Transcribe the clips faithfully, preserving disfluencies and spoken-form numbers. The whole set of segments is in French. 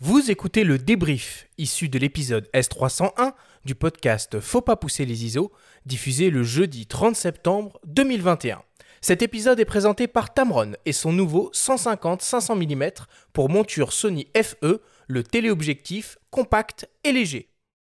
Vous écoutez le débrief, issu de l'épisode S trois cent un du podcast Faut pas pousser les I S O, diffusé le jeudi trente septembre deux mille vingt et un. Cet épisode est présenté par Tamron et son nouveau cent cinquante cinq cents millimètres pour monture Sony F E, le téléobjectif compact et léger.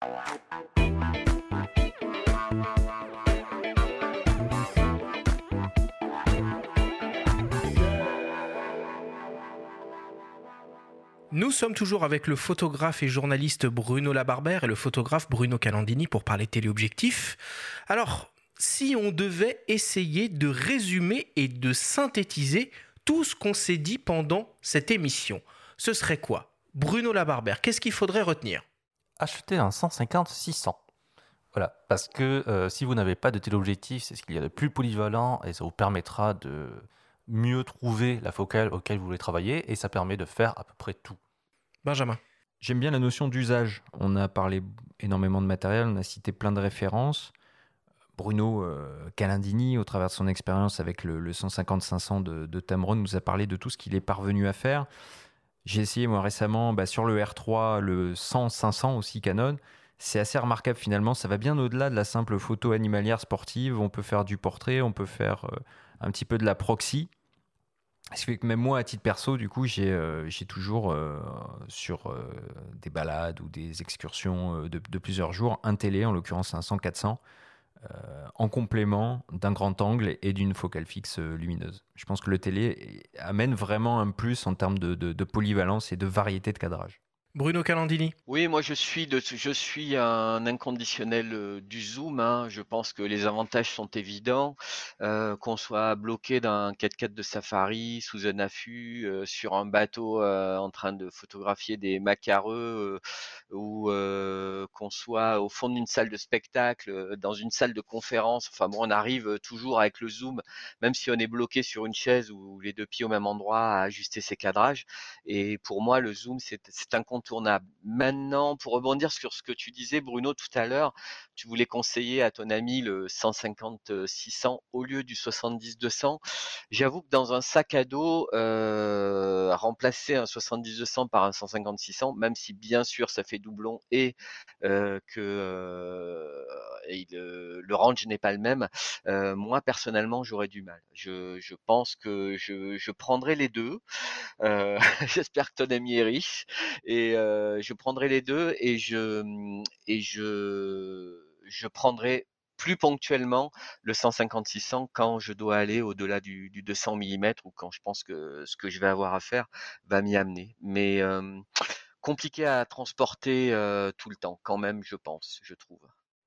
Nous sommes toujours avec le photographe et journaliste Bruno Labarbère et le photographe Bruno Calandini pour parler téléobjectif. Alors, si on devait essayer de résumer et de synthétiser tout ce qu'on s'est dit pendant cette émission, ce serait quoi ? Bruno Labarbère, qu'est-ce qu'il faudrait retenir ? Acheter un cent cinquante six cents. Voilà, parce que euh, si vous n'avez pas de téléobjectif, c'est ce qu'il y a de plus polyvalent et ça vous permettra de mieux trouver la focale auquel vous voulez travailler et ça permet de faire à peu près tout. Benjamin. J'aime bien la notion d'usage. On a parlé énormément de matériel, on a cité plein de références. Bruno euh, Calandini, au travers de son expérience avec le, le cent cinquante cinq cents de, de Tamron, nous a parlé de tout ce qu'il est parvenu à faire. J'ai essayé moi récemment bah, sur le R trois, le cent cinq cents aussi Canon. C'est assez remarquable finalement, ça va bien au-delà de la simple photo animalière sportive. On peut faire du portrait, on peut faire euh, un petit peu de la proxy. Ce qui fait que même moi, à titre perso, du coup, j'ai, euh, j'ai toujours, euh, sur euh, des balades ou des excursions euh, de, de plusieurs jours, un télé, en l'occurrence un cent quatre cents, euh, en complément d'un grand angle et d'une focale fixe euh, lumineuse. Je pense que le télé amène vraiment un plus en termes de, de, de polyvalence et de variété de cadrage. Bruno Calandini. Oui, moi je suis de, je suis un inconditionnel euh, du zoom, hein. Je pense que les avantages sont évidents, euh, qu'on soit bloqué dans un quatre-quatre de safari, sous un affût, euh, sur un bateau euh, en train de photographier des macareux, euh, ou euh, qu'on soit au fond d'une salle de spectacle, euh, dans une salle de conférence. Enfin bon, on arrive euh, toujours avec le zoom, même si on est bloqué sur une chaise ou les deux pieds au même endroit, à ajuster ses cadrages. Et pour moi, le zoom, c'est, c'est incontournable. Maintenant, pour rebondir sur ce que tu disais, Bruno, tout à l'heure, tu voulais conseiller à ton ami le cent cinquante six cents au lieu du soixante-dix deux cents. J'avoue que dans un sac à dos, euh, remplacer un soixante-dix deux cents par un cent cinquante six cents, même si bien sûr ça fait doublon et euh, que euh, et le, le range n'est pas le même, euh, moi personnellement j'aurais du mal. Je, je pense que je, je prendrais les deux. Euh, j'espère que ton ami est riche et euh, je prendrai les deux et je et je je prendrai plus ponctuellement le cent cinquante six cents quand je dois aller au-delà du, du deux cents millimètres ou quand je pense que ce que je vais avoir à faire va m'y amener. Mais euh, compliqué à transporter euh, tout le temps quand même, je pense, je trouve.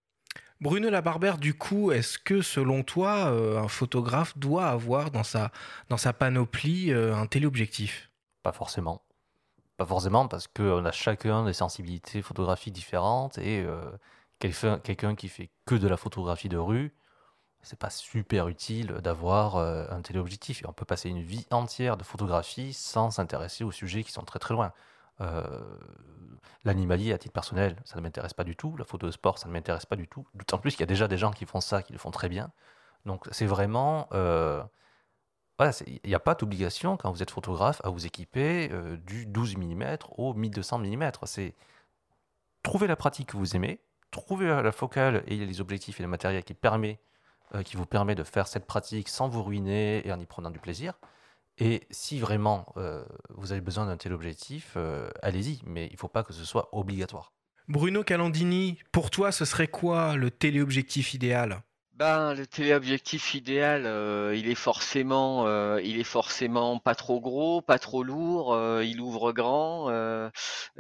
Bruno Labarbère, du coup, est-ce que selon toi, euh, un photographe doit avoir dans sa, dans sa panoplie euh, un téléobjectif ? Pas forcément. Pas forcément parce qu'on a chacun des sensibilités photographiques différentes et euh, quelqu'un, quelqu'un qui fait que de la photographie de rue, c'est pas super utile d'avoir euh, un téléobjectif. Et on peut passer une vie entière de photographie sans s'intéresser aux sujets qui sont très très loin. Euh, L'animalier, à titre personnel, ça ne m'intéresse pas du tout. La photo de sport, ça ne m'intéresse pas du tout. D'autant plus qu'il y a déjà des gens qui font ça, qui le font très bien. Donc c'est vraiment... Euh, voilà, il n'y a pas d'obligation quand vous êtes photographe à vous équiper euh, du douze millimètres au mille deux cents millimètres. C'est trouver la pratique que vous aimez, trouver la focale et les objectifs et le matériel qui, permet, euh, qui vous permet de faire cette pratique sans vous ruiner et en y prenant du plaisir. Et si vraiment euh, vous avez besoin d'un tel objectif, euh, allez-y, mais il ne faut pas que ce soit obligatoire. Bruno Calandini, pour toi, ce serait quoi le téléobjectif idéal ? Ben, le téléobjectif idéal, euh, il est forcément, euh, il est forcément pas trop gros, pas trop lourd. Euh, il ouvre grand, euh,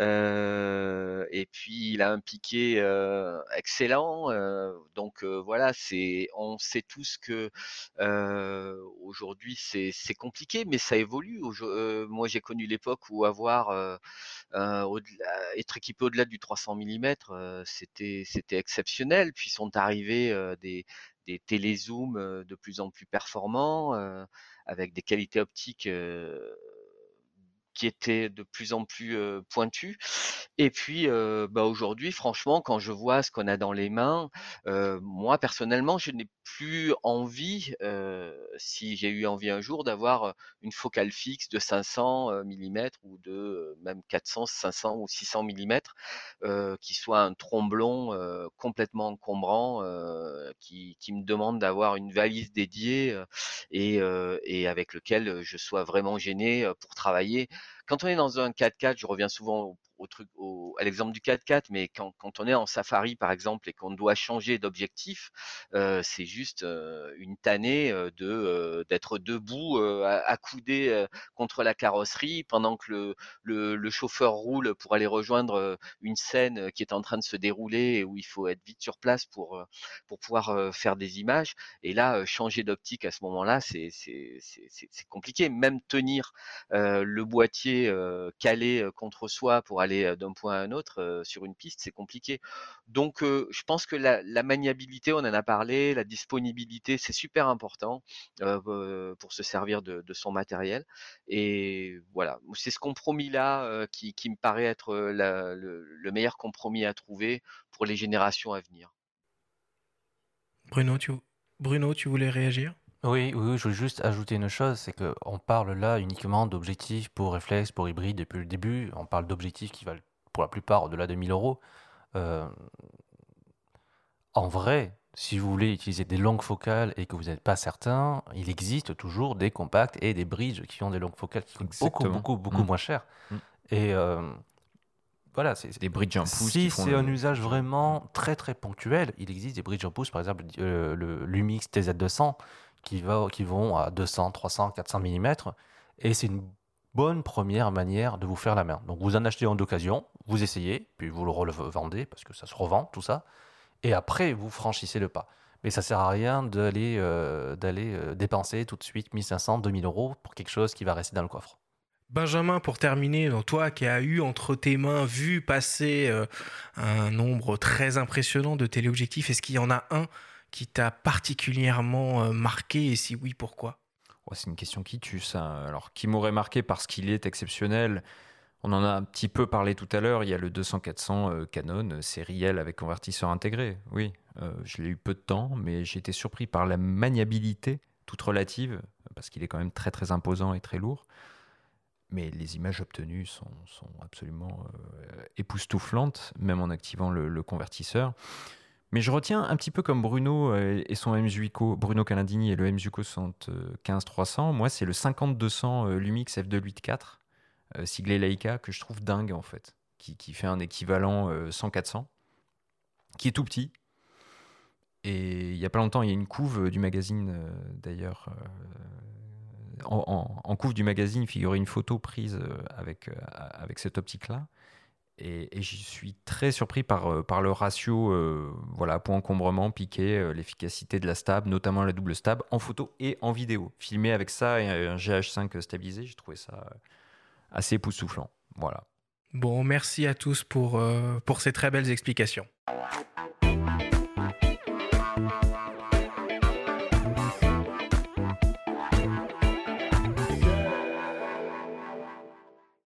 euh, et puis il a un piqué euh, excellent. Euh, donc euh, voilà, c'est, on sait tous que euh, aujourd'hui c'est c'est compliqué, mais ça évolue. Aujo- euh, moi, j'ai connu l'époque où avoir euh, euh, au-delà- être équipé au-delà du trois cents millimètres, euh, c'était c'était exceptionnel. Puis sont arrivés euh, des des télézooms euh, de plus en plus performants, euh, avec des qualités optiques euh, qui était de plus en plus euh, pointu. Et puis, euh, bah, aujourd'hui, franchement, quand je vois ce qu'on a dans les mains, euh, moi, personnellement, je n'ai plus envie, euh, si j'ai eu envie un jour, d'avoir une focale fixe de cinq cents millimètres ou de euh, même quatre cents, cinq cents ou six cents millimètres, euh, qui soit un tromblon euh, complètement encombrant, euh, qui, qui me demande d'avoir une valise dédiée euh, et, euh, et avec lequel je sois vraiment gêné euh, pour travailler. Quand on est dans un quatre-quatre, je reviens souvent au, au truc, au, à l'exemple du quatre-quatre, mais quand, quand on est en safari par exemple et qu'on doit changer d'objectif, euh, c'est juste euh, une tannée euh, de euh, d'être debout, euh, accoudé euh, contre la carrosserie pendant que le, le, le chauffeur roule pour aller rejoindre euh, une scène qui est en train de se dérouler et où il faut être vite sur place pour, euh, pour pouvoir euh, faire des images. Et là, euh, changer d'optique à ce moment-là, c'est c'est- c'est- c'est- c'est compliqué. Même tenir euh, le boîtier euh, calé euh, contre soi pour aller euh, d'un point à un autre euh, sur une piste, c'est compliqué. Donc, euh, je pense que la, la maniabilité, on en a parlé, la disponibilité, c'est super important euh, euh, pour se servir de, de son matériel. Et voilà, c'est ce compromis-là euh, qui, qui me paraît être euh, la- le, le meilleur compromis à trouver pour les générations à venir. Bruno, tu, Bruno, tu voulais réagir? Oui, oui, oui, je veux juste ajouter une chose, c'est qu'on parle là uniquement d'objectifs pour réflexe, pour hybride depuis le début. On parle d'objectifs qui valent pour la plupart au-delà de mille euros. Euh, En vrai, si vous voulez utiliser des longues focales et que vous n'êtes pas certain, il existe toujours des compacts et des bridges qui ont des longues focales qui coûtent beaucoup, Exactement. beaucoup, beaucoup Mm. moins cher. Mm. Et euh, voilà, c'est, c'est- Des bridges en pouce qui si font c'est le, un le usage job. vraiment très très ponctuel, il existe des bridges en pouce, par exemple euh, le Lumix T Z deux cents qui, va, qui vont à deux cents, trois cents, quatre cents millimètres. Et c'est une bonne première manière de vous faire la main. Donc vous en achetez en d'occasion, vous essayez, puis vous le revendez parce que ça se revend tout ça. Et après, vous franchissez le pas. Mais ça sert à rien d'aller euh, d'aller euh, dépenser tout de suite mille cinq cents, deux mille euros pour quelque chose qui va rester dans le coffre. Benjamin, pour terminer, donc toi qui as eu entre tes mains, vu passer euh, un nombre très impressionnant de téléobjectifs, est-ce qu'il y en a un qui t'a particulièrement euh, marqué et si oui, pourquoi? Ouais, c'est une question qui tue, ça. Alors, qui m'aurait marqué parce qu'il est exceptionnel? On en a un petit peu parlé tout à l'heure. Il y a le deux cents quatre cents euh, Canon, euh, sériel avec convertisseur intégré. Oui, euh, je l'ai eu peu de temps, mais j'ai été surpris par la maniabilité toute relative, parce qu'il est quand même très très imposant et très lourd. Mais les images obtenues sont, sont absolument euh, époustouflantes, même en activant le, le convertisseur. Mais je retiens un petit peu comme Bruno euh, et son M Zuico, Bruno Calandini et le M Zuico soixante-quinze trois cents. Moi, c'est le cinquante deux cents euh, Lumix F deux huit quatre, euh, siglé Leica, que je trouve dingue en fait, qui, qui fait un équivalent euh, cent quatre cents, qui est tout petit. Et il y a pas longtemps, il y a une couve du magazine, euh, d'ailleurs, euh, en, en- en couve du magazine figurait une photo prise euh, avec, euh, avec cette optique-là. Et, et j'y suis très surpris par, euh, par le ratio euh, voilà, point encombrement, piqué, euh, l'efficacité de la stab, notamment la double stab, en photo et en vidéo. Filmé avec ça et un G H cinq stabilisé, j'ai trouvé ça euh, assez époustouflant. Voilà. Bon, merci à tous pour, euh, pour ces très belles explications.